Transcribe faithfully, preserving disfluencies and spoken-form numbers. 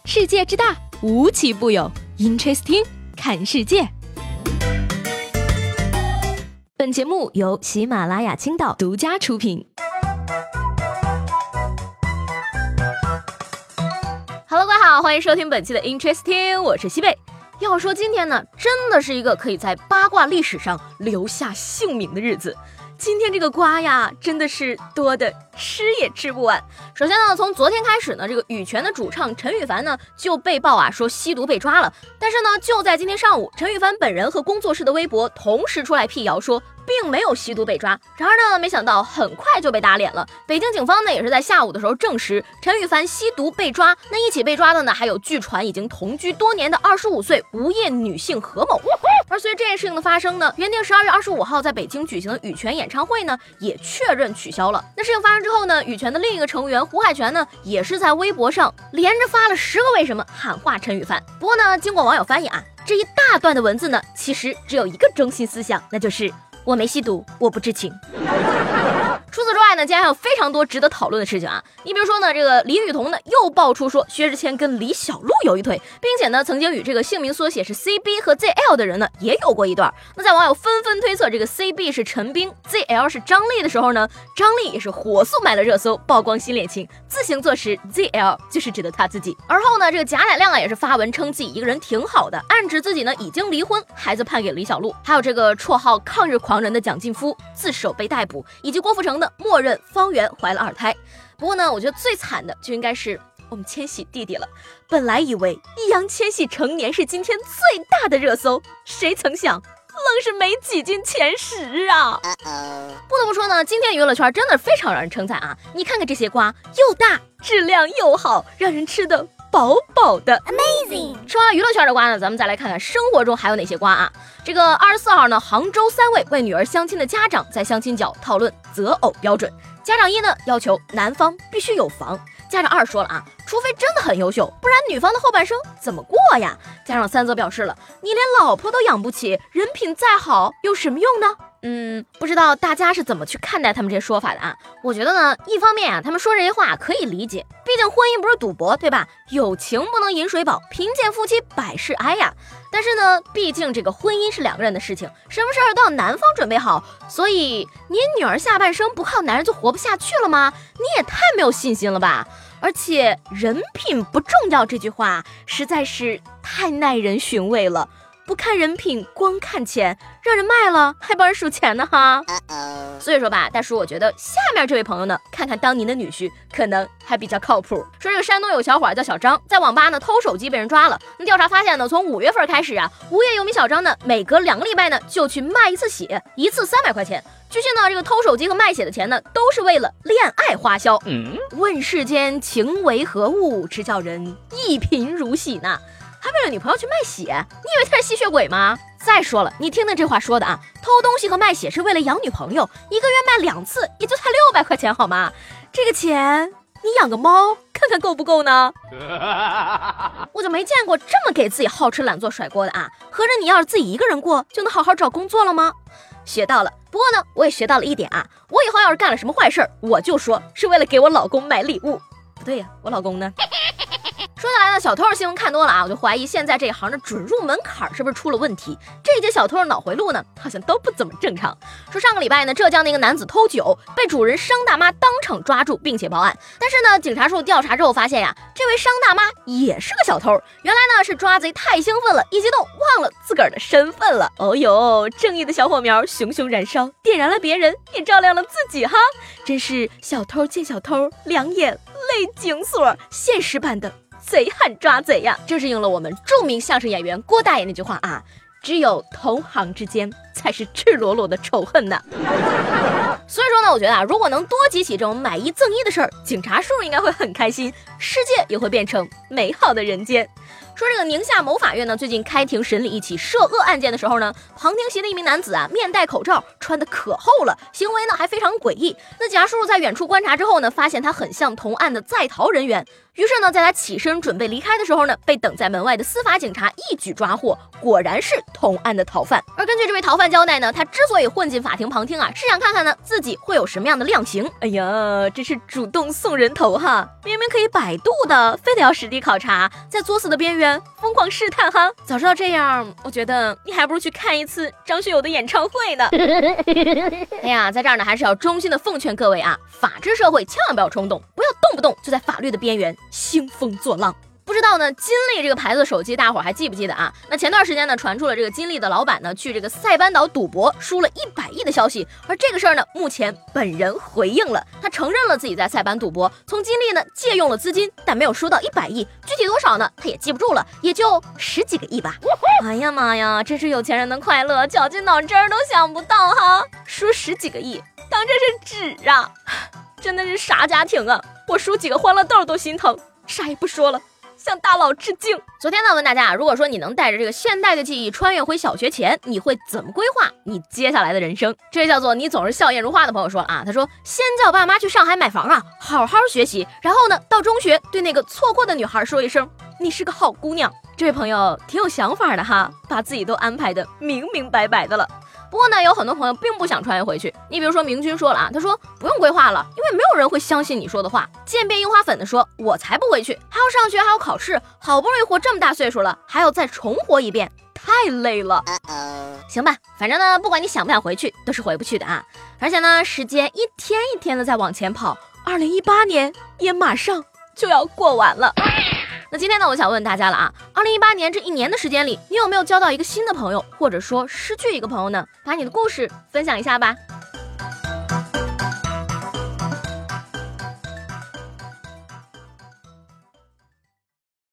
世界之大，无奇不有。Interesting， 看世界。本节目由喜马拉雅青岛独家出品。Hello， 各位好，欢迎收听本期的 Interesting， 我是西贝。要说今天呢，真的是一个可以在八卦历史上留下姓名的日子。今天这个瓜呀，真的是多的吃也吃不完。首先呢，从昨天开始呢，这个羽泉的主唱陈羽凡呢就被曝啊说吸毒被抓了。但是呢，就在今天上午，陈羽凡本人和工作室的微博同时出来辟谣说，并没有吸毒被抓。然而呢，没想到很快就被打脸了。北京警方呢也是在下午的时候证实，陈羽凡吸毒被抓。那一起被抓的呢，还有据传已经同居多年的二十五岁无业女性何某。而随着这件事情的发生呢，原定十二月二十五号在北京举行的羽泉演唱会呢，也确认取消了。那事情发生之后呢，羽泉的另一个成员胡海泉呢，也是在微博上连着发了十个为什么，喊话陈羽凡。不过呢，经过网友翻译啊，这一大段的文字呢，其实只有一个中心思想，那就是我没吸毒，我不知情。除此之外呢，今天还有非常多值得讨论的事情啊。你比如说呢，这个李雨桐呢又爆出说薛之谦跟李小璐有一腿，并且呢曾经与这个姓名缩写是 C B 和 Z L 的人呢也有过一段。那在网友纷纷推测这个 C B 是陈冰 ，Z L 是张丽的时候呢，张丽也是火速买了热搜，曝光新恋情，自行作实 Z L 就是指的他自己。而后呢，这个贾乃亮啊也是发文称自己一个人挺好的，暗指自己呢已经离婚，孩子判给李小璐。还有这个绰号抗日狂人的蒋劲夫自首被逮捕，以及郭富城的默认方圆怀了二胎。不过呢，我觉得最惨的就应该是我们千玺弟弟了。本来以为易烊千玺成年是今天最大的热搜，谁曾想愣是没挤进前十啊！ Uh-oh. 不得不说呢，今天娱乐圈真的非常让人称赞啊！你看看这些瓜，又大，质量又好，让人吃的饱饱的 Amazing。 说完娱乐圈的瓜呢，咱们再来看看生活中还有哪些瓜啊。这个二十四号呢，杭州三位为女儿相亲的家长在相亲角讨论择偶标准。家长一呢要求男方必须有房，家长二说了啊，除非真的很优秀，不然女方的后半生怎么过呀？家长三则表示了，你连老婆都养不起，人品再好有什么用呢？嗯，不知道大家是怎么去看待他们这些说法的啊？我觉得呢，一方面啊，他们说这些话可以理解，毕竟婚姻不是赌博，对吧？友情不能饮水饱，贫贱夫妻百事哀呀。但是呢，毕竟这个婚姻是两个人的事情，什么事儿都要男方准备好，所以你女儿下半生不靠男人就活不下去了吗？你也太没有信心了吧！而且人品不重要这句话实在是太耐人寻味了。不看人品，光看钱，让人卖了还帮人数钱呢哈。Uh-oh. 所以说吧，大叔，我觉得下面这位朋友呢，看看当您的女婿可能还比较靠谱。说这个山东有小伙叫小张，在网吧呢偷手机被人抓了。那调查发现呢，从五月份开始啊，无业游民小张呢，每隔两个礼拜呢就去卖一次血，一次三百块钱。据悉呢，这个偷手机和卖血的钱呢，都是为了恋爱花销。嗯，问世间情为何物，只叫人一贫如洗呢。还为了女朋友去卖血，你以为他是吸血鬼吗？再说了，你听听这话说的啊，偷东西和卖血是为了养女朋友，一个月卖两次也就才六百块钱好吗？这个钱你养个猫看看够不够呢？我就没见过这么给自己好吃懒做甩锅的啊！合着你要是自己一个人过就能好好找工作了吗？学到了。不过呢，我也学到了一点啊，我以后要是干了什么坏事儿，我就说是为了给我老公买礼物。不对呀，我老公呢？说下来呢，小偷的新闻看多了啊，我就怀疑现在这一行的准入门槛是不是出了问题？这些小偷的脑回路呢，好像都不怎么正常。说上个礼拜呢，浙江的一个男子偷酒，被主人商大妈当场抓住，并且报案。但是呢，警察叔调查之后发现呀，这位商大妈也是个小偷。原来呢是抓贼太兴奋了，一激动忘了自个儿的身份了。哦呦，正义的小火苗熊熊燃烧，点燃了别人，也照亮了自己哈！真是小偷见小偷，两眼泪警所，现实版的贼喊抓贼呀！这是应了我们著名相声演员郭大爷那句话啊，只有同行之间才是赤裸裸的仇恨呐。所以说呢，我觉得啊，如果能多几起这种买一赠一的事儿，警察叔叔应该会很开心，世界也会变成美好的人间。说这个宁夏某法院呢，最近开庭审理一起涉恶案件的时候呢，旁听席的一名男子啊，面戴口罩，穿得可厚了，行为呢还非常诡异。那警察叔叔在远处观察之后呢，发现他很像同案的在逃人员，于是呢，在他起身准备离开的时候呢，被等在门外的司法警察一举抓获，果然是同案的逃犯。而根据这位逃犯范交代呢，他之所以混进法庭旁听啊，是想看看呢自己会有什么样的量刑。哎呀，这是主动送人头哈！明明可以百度的，非得要实地考察，在作死的边缘疯狂试探哈！早知道这样，我觉得你还不如去看一次张学友的演唱会呢。哎呀，在这儿呢，还是要衷心的奉劝各位啊，法治社会千万不要冲动，不要动不动就在法律的边缘兴风作浪。不知道呢，金立这个牌子的手机，大伙儿还记不记得啊？那前段时间呢，传出了这个金立的老板呢去这个塞班岛赌博输了一百亿的消息，而这个事儿呢，目前本人回应了，他承认了自己在塞班赌博，从金立呢借用了资金，但没有输到一百亿，具体多少呢，他也记不住了，也就十几个亿吧。哎呀妈呀，这是有钱人的快乐，绞尽脑汁儿都想不到哈，输十几个亿，当这是纸啊，真的是啥家庭啊？我输几个欢乐豆都心疼，啥也不说了。向大佬致敬。昨天呢，问大家啊，如果说你能带着这个现代的记忆穿越回小学前，你会怎么规划你接下来的人生？这位叫做你总是笑靥如花的朋友说了啊，他说先叫爸妈去上海买房啊，好好学习，然后呢，到中学对那个错过的女孩说一声你是个好姑娘。这位朋友挺有想法的哈，把自己都安排的明明白白的了。不过呢，有很多朋友并不想穿越回去。你比如说明君说了啊，他说不用规划了，因为没有人会相信你说的话。渐变樱花粉的说，我才不回去，还要上学，还要考试，好不容易活这么大岁数了，还要再重活一遍，太累了。行吧，反正呢，不管你想不想回去，都是回不去的啊。而且呢，时间一天一天的在往前跑，二零一八年也马上就要过完了。那今天呢，我想问大家了啊，二零一八年这一年的时间里，你有没有交到一个新的朋友，或者说失去一个朋友呢？把你的故事分享一下吧。